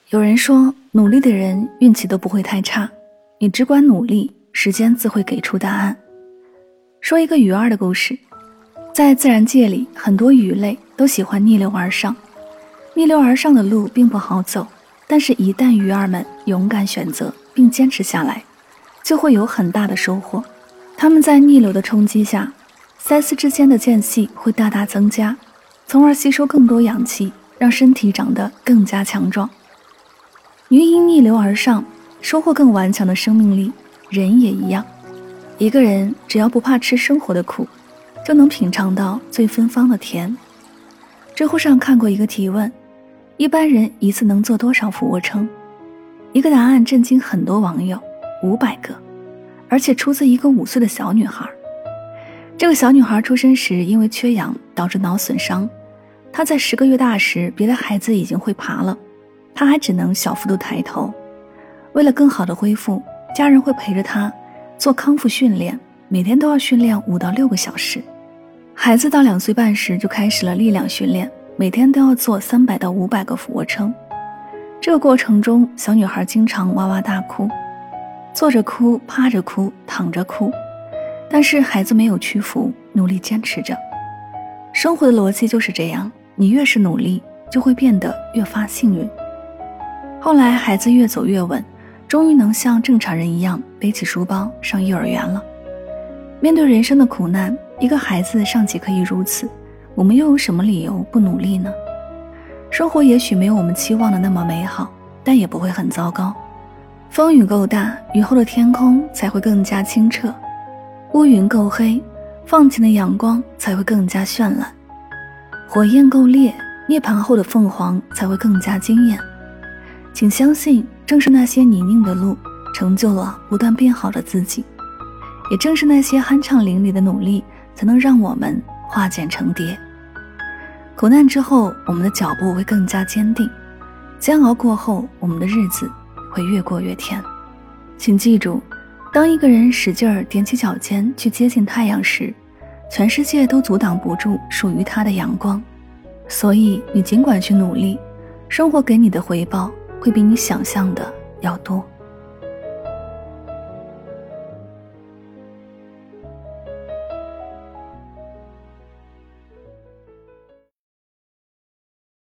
有人说，努力的人运气都不会太差，你只管努力，时间自会给出答案。说一个鱼儿的故事。在自然界里，很多鱼类都喜欢逆流而上。逆流而上的路并不好走，但是一旦鱼儿们勇敢选择并坚持下来，就会有很大的收获。它们在逆流的冲击下，鳃丝之间的间隙会大大增加，从而吸收更多氧气，让身体长得更加强壮。鱼因逆流而上，收获更顽强的生命力，人也一样。一个人只要不怕吃生活的苦，就能品尝到最芬芳的甜。知乎上看过一个提问，一般人一次能做多少俯卧撑？一个答案震惊很多网友，500个，而且出自一个5岁的小女孩。这个小女孩出生时因为缺氧导致脑损伤，她在10个月大时，别的孩子已经会爬了，她还只能小幅度抬头。为了更好的恢复，家人会陪着她做康复训练，每天都要训练5到6个小时。孩子到2岁半时就开始了力量训练，每天都要做300到500个俯卧撑。这个过程中，小女孩经常哇哇大哭，坐着哭，趴着哭，躺着哭，但是孩子没有屈服，努力坚持着。生活的逻辑就是这样，你越是努力，就会变得越发幸运。后来孩子越走越稳，终于能像正常人一样背起书包上幼儿园了。面对人生的苦难，一个孩子尚且可以如此，我们又有什么理由不努力呢？生活也许没有我们期望的那么美好，但也不会很糟糕。风雨够大，雨后的天空才会更加清澈；乌云够黑，放晴的阳光才会更加绚烂；火焰够烈，涅槃后的凤凰才会更加惊艳。请相信，正是那些泥泞的路，成就了不断变好的自己。也正是那些酣畅淋漓的努力，才能让我们化茧成蝶。苦难之后，我们的脚步会更加坚定；煎熬过后，我们的日子会越过越甜。请记住，当一个人使劲儿踮起脚尖去接近太阳时，全世界都阻挡不住属于他的阳光。所以你尽管去努力，生活给你的回报会比你想象的要多。